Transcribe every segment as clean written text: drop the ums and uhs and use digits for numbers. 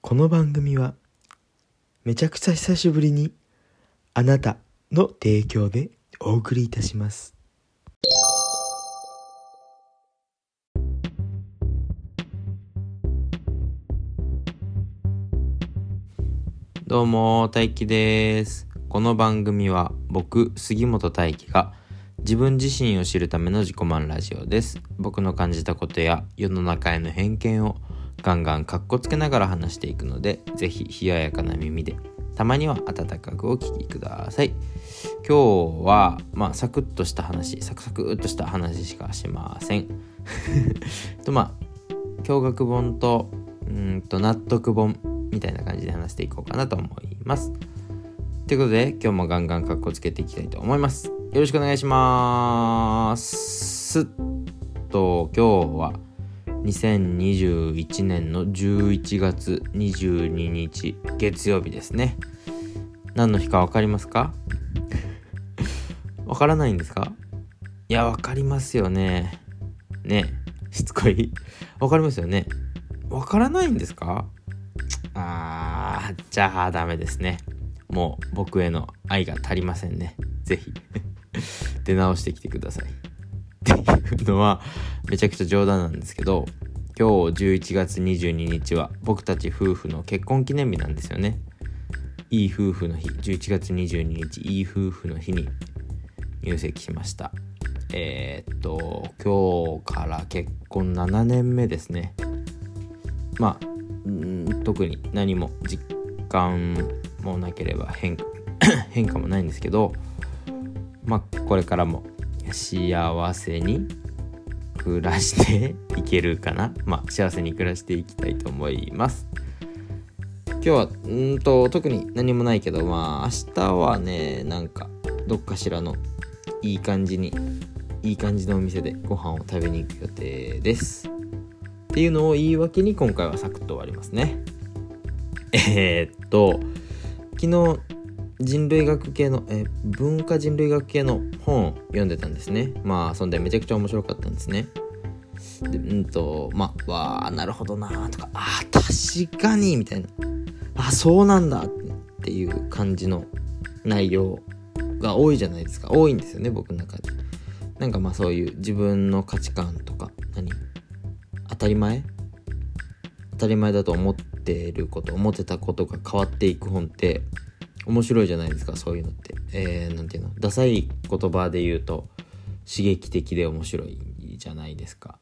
この番組はめちゃくちゃ久しぶりにあなたの提供でお送りいたします。 どうも大輝です。この番組は僕杉本大輝が自分自身を知るための自己満ラジオです。僕の感じたことや世の中への偏見をガンガンカッコつけながら話していくので、ぜひ冷ややかな耳でたまには温かくお聞きください。今日はサクッとした話、サクサクっとした話しかしません教学本と納得本みたいな感じで話していこうかなと思います。ということで今日もガンガンカッコつけていきたいと思います。よろしくお願いします。今日は2021年の11月22日月曜日ですね。何の日か分かりますか？分からないんですか？いや分かりますよね。しつこい。分かりますよね。分からないんですか？じゃあダメですね。もう僕への愛が足りませんね。ぜひ出直してきてくださいっていうのはめちゃくちゃ冗談なんですけど、今日11月22日は僕たち夫婦の結婚記念日なんですよね。いい夫婦の日、11月22日いい夫婦の日に入籍しました。今日から結婚7年目ですね。特に何も実感もなければ変化もないんですけど、これからも幸せに暮らしていけるかな。幸せに暮らしていきたいと思います。今日は特に何もないけど、明日はね、どっかしらのいい感じのお店でご飯を食べに行く予定ですっていうのを言い訳に今回はサクッと終わりますね。昨日人類学系の、文化人類学系の本を読んでたんですね。そんでめちゃくちゃ面白かったんですね。でなるほどなとか、確かにみたいな、そうなんだっていう感じの内容が多いじゃないですか。多いんですよね、僕の中で。そういう自分の価値観とか当たり前だと思ってたことが変わっていく本って面白いじゃないですか。そういうのってダサい言葉で言うと刺激的で面白いじゃないですか。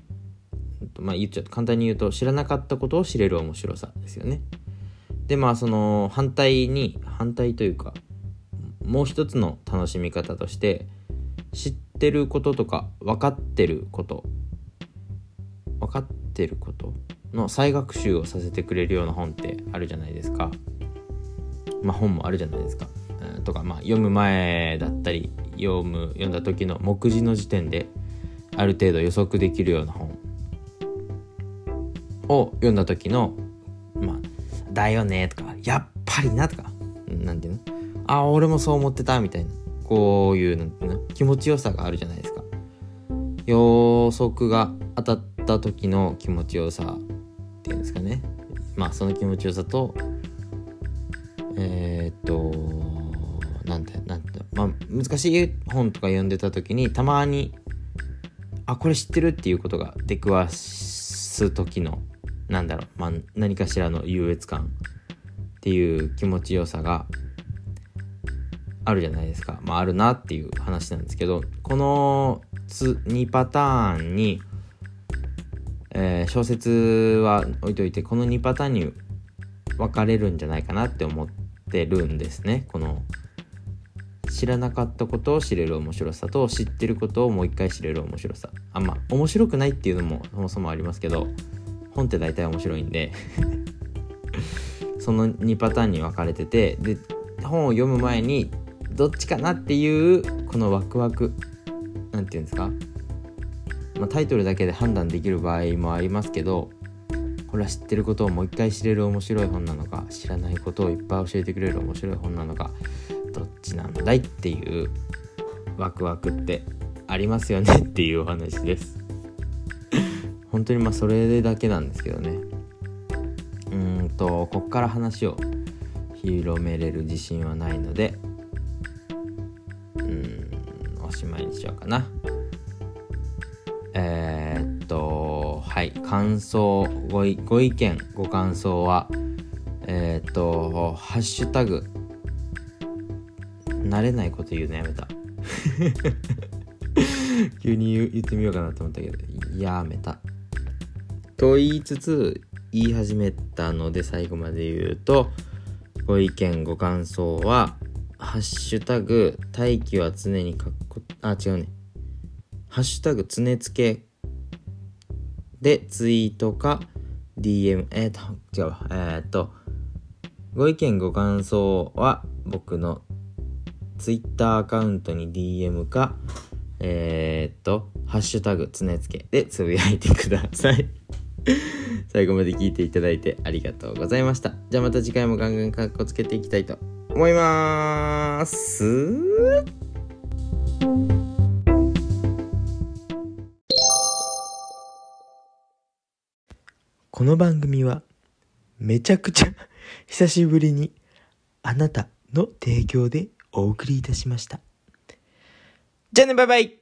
簡単に言うと知らなかったことを知れる面白さですよね。でその反対というか、もう一つの楽しみ方として、知ってることとか分かってることの再学習をさせてくれるような本ってあるじゃないですか。本もあるじゃないですか。とか読む前だったり読んだ時の目次の時点である程度予測できるような本を読んだ時のだよねとか、やっぱりなとか、俺もそう思ってたみたいな、こういう気持ちよさがあるじゃないですか。予測が当たった時の気持ちよさっていうんですかね。その気持ちよさと難しい本とか読んでた時にたまにこれ知ってるっていうことが出くわす時の何かしらの優越感っていう気持ちよさがあるじゃないですか。あるなっていう話なんですけど、この2パターンに、小説は置いといて、この2パターンに分かれるんじゃないかなって思ってるんですね。この知らなかったことを知れる面白さと、知ってることをもう一回知れる面白さ。面白くないっていうのもそもそもありますけど、本って大体面白いんでその2パターンに分かれてて、で本を読む前にどっちかなっていうこのワクワク、なんていうんですか、タイトルだけで判断できる場合もありますけど、これは知ってることをもう一回知れる面白い本なのか、知らないことをいっぱい教えてくれる面白い本なのか、どっちなんだいっていうワクワクってありますよねっていうお話です本当にそれだけなんですけどね。 こっから話を広めれる自信はないので、おしまいにしようかな。はい、感想、ご意見、ご感想はハッシュタグ、慣れないこと言うのやめた急に言ってみようかなと思ったけどやめたと言いつつ言い始めたので、最後まで言うと、ご意見ご感想はハッシュタグ大気は常にハッシュタグつねつけでツイートか DM ご意見ご感想は僕のツイッターアカウントに DM かハッシュタグつねつけでつぶやいてください最後まで聞いていただいてありがとうございました。じゃあまた次回もガンガンカッコつけていきたいと思います。 この番組はめちゃくちゃ久しぶりにあなたの提供でお送りいたしました。じゃあね、バイバイ。